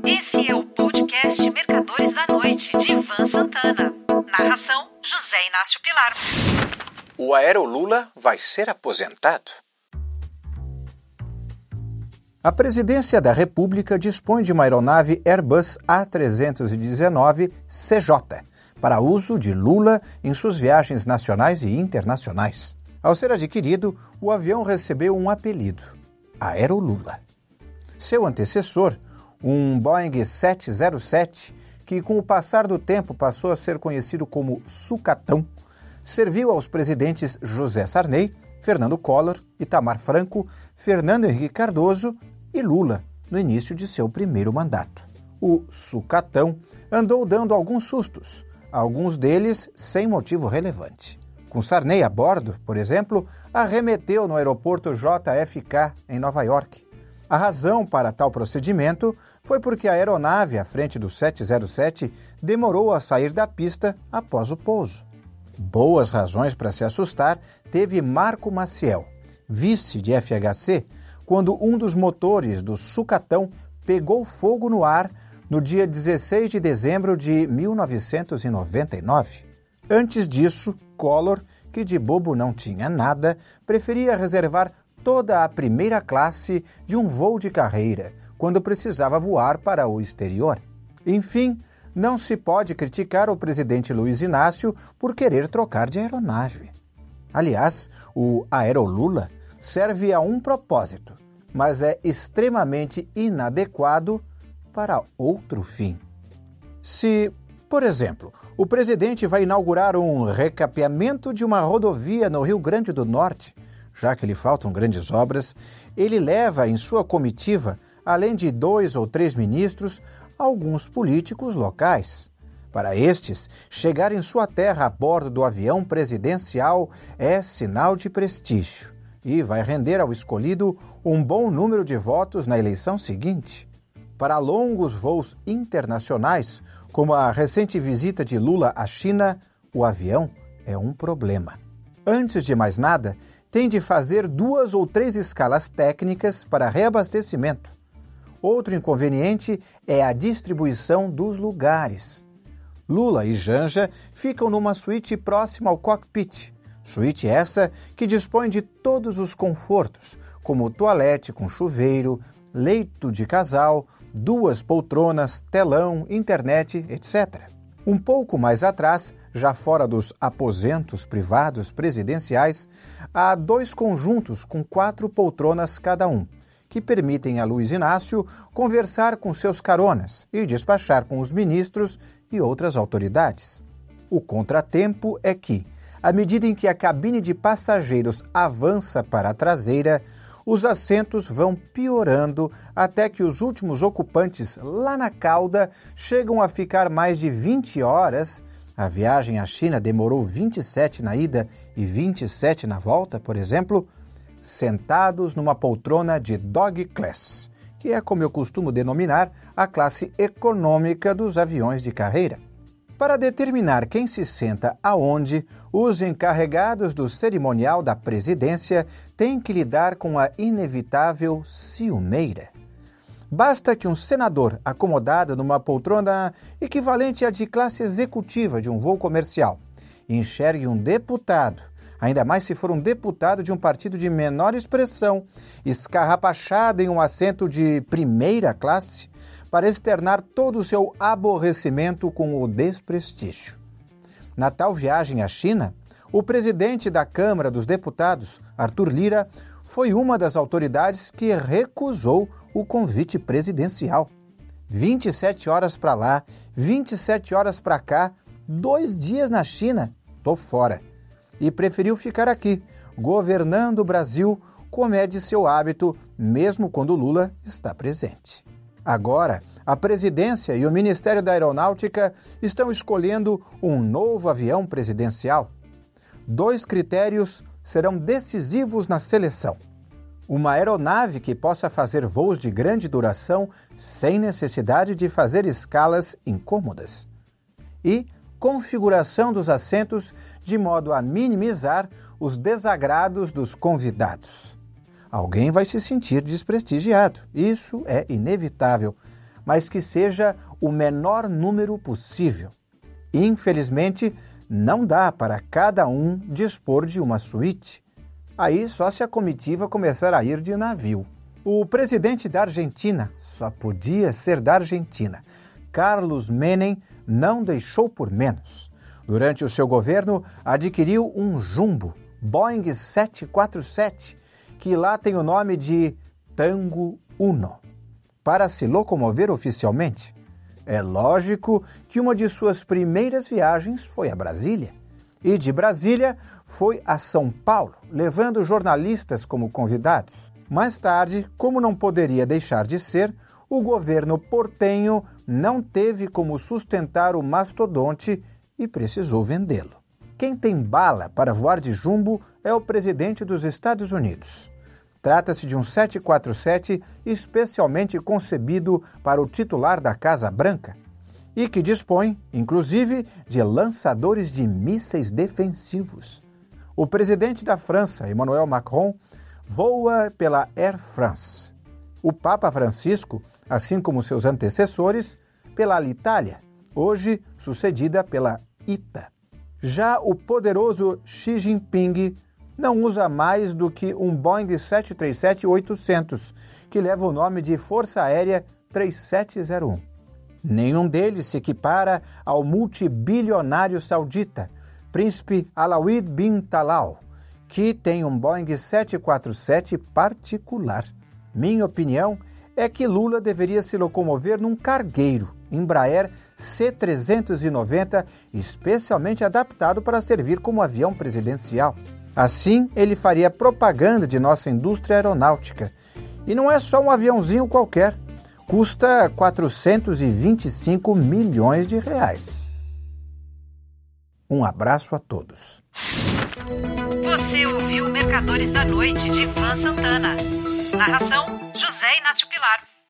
Esse é o podcast Mercadores da Noite, de Ivan Santana. Narração, José Inácio Pilar. O Aerolula vai ser aposentado? A Presidência da República dispõe de uma aeronave Airbus A319-CJ para uso de Lula em suas viagens nacionais e internacionais. Ao ser adquirido, o avião recebeu um apelido: Aerolula. Seu antecessor, um Boeing 707, que com o passar do tempo passou a ser conhecido como Sucatão, serviu aos presidentes José Sarney, Fernando Collor, Itamar Franco, Fernando Henrique Cardoso e Lula, no início de seu primeiro mandato. O Sucatão andou dando alguns sustos, alguns deles sem motivo relevante. Com Sarney a bordo, por exemplo, arremeteu no aeroporto JFK, em Nova York. A razão para tal procedimento foi porque a aeronave à frente do 707 demorou a sair da pista após o pouso. Boas razões para se assustar teve Marco Maciel, vice de FHC, quando um dos motores do Sucatão pegou fogo no ar no dia 16 de dezembro de 1999. Antes disso, Collor, que de bobo não tinha nada, preferia reservar toda a primeira classe de um voo de carreira, quando precisava voar para o exterior. Enfim, não se pode criticar o presidente Luiz Inácio por querer trocar de aeronave. Aliás, o Aerolula serve a um propósito, mas é extremamente inadequado para outro fim. Se, por exemplo, o presidente vai inaugurar um recapeamento de uma rodovia no Rio Grande do Norte, já que lhe faltam grandes obras, ele leva em sua comitiva, além de 2 ou 3 ministros, alguns políticos locais. Para estes, chegar em sua terra a bordo do avião presidencial é sinal de prestígio e vai render ao escolhido um bom número de votos na eleição seguinte. Para longos voos internacionais, como a recente visita de Lula à China, o avião é um problema. Antes de mais nada, tem de fazer 2 ou 3 escalas técnicas para reabastecimento. Outro inconveniente é a distribuição dos lugares. Lula e Janja ficam numa suíte próxima ao cockpit. Suíte essa que dispõe de todos os confortos, como toalete com chuveiro, leito de casal, 2 poltronas, telão, internet, etc. Um pouco mais atrás, já fora dos aposentos privados presidenciais, há 2 conjuntos com 4 poltronas cada um, que permitem a Luiz Inácio conversar com seus caronas e despachar com os ministros e outras autoridades. O contratempo é que, à medida em que a cabine de passageiros avança para a traseira, os assentos vão piorando até que os últimos ocupantes lá na cauda chegam a ficar mais de 20 horas. A viagem à China demorou 27 na ida e 27 na volta, por exemplo, sentados numa poltrona de dog class, que é como eu costumo denominar a classe econômica dos aviões de carreira. Para determinar quem se senta aonde, os encarregados do cerimonial da presidência têm que lidar com a inevitável ciumeira. Basta que um senador acomodado numa poltrona equivalente à de classe executiva de um voo comercial enxergue um deputado, ainda mais se for um deputado de um partido de menor expressão, escarrapachado em um assento de primeira classe, para externar todo o seu aborrecimento com o desprestígio. Na tal viagem à China, o presidente da Câmara dos Deputados, Arthur Lira, foi uma das autoridades que recusou o convite presidencial. 27 horas para lá, 27 horas para cá, 2 dias na China, tô fora. E preferiu ficar aqui, governando o Brasil, como é de seu hábito, mesmo quando Lula está presente. Agora, a presidência e o Ministério da Aeronáutica estão escolhendo um novo avião presidencial. 2 critérios serão decisivos na seleção: uma aeronave que possa fazer voos de grande duração sem necessidade de fazer escalas incômodas, e configuração dos assentos de modo a minimizar os desagrados dos convidados. Alguém vai se sentir desprestigiado, isso é inevitável, mas que seja o menor número possível. Infelizmente, não dá para cada um dispor de uma suíte. Aí só se a comitiva começar a ir de navio. O presidente da Argentina, só podia ser da Argentina, Carlos Menem, não deixou por menos. Durante o seu governo, adquiriu um jumbo, Boeing 747, que lá tem o nome de Tango Uno, para se locomover oficialmente. É lógico que uma de suas primeiras viagens foi a Brasília. E de Brasília foi a São Paulo, levando jornalistas como convidados. Mais tarde, como não poderia deixar de ser, o governo portenho não teve como sustentar o mastodonte e precisou vendê-lo. Quem tem bala para voar de jumbo é o presidente dos Estados Unidos. Trata-se de um 747 especialmente concebido para o titular da Casa Branca e que dispõe, inclusive, de lançadores de mísseis defensivos. O presidente da França, Emmanuel Macron, voa pela Air France. O Papa Francisco, assim como seus antecessores, pela Alitalia, hoje sucedida pela ITA. Já o poderoso Xi Jinping não usa mais do que um Boeing 737-800, que leva o nome de Força Aérea 3701. Nenhum deles se equipara ao multibilionário saudita, príncipe Alauid bin Talal, que tem um Boeing 747 particular. Minha opinião é que Lula deveria se locomover num cargueiro Embraer C-390, especialmente adaptado para servir como avião presidencial. Assim, ele faria propaganda de nossa indústria aeronáutica. E não é só um aviãozinho qualquer. Custa 425 milhões de reais. Um abraço a todos. Você ouviu Mercadores da Noite, de Ivan Santana. Narração, José Inácio Pilar.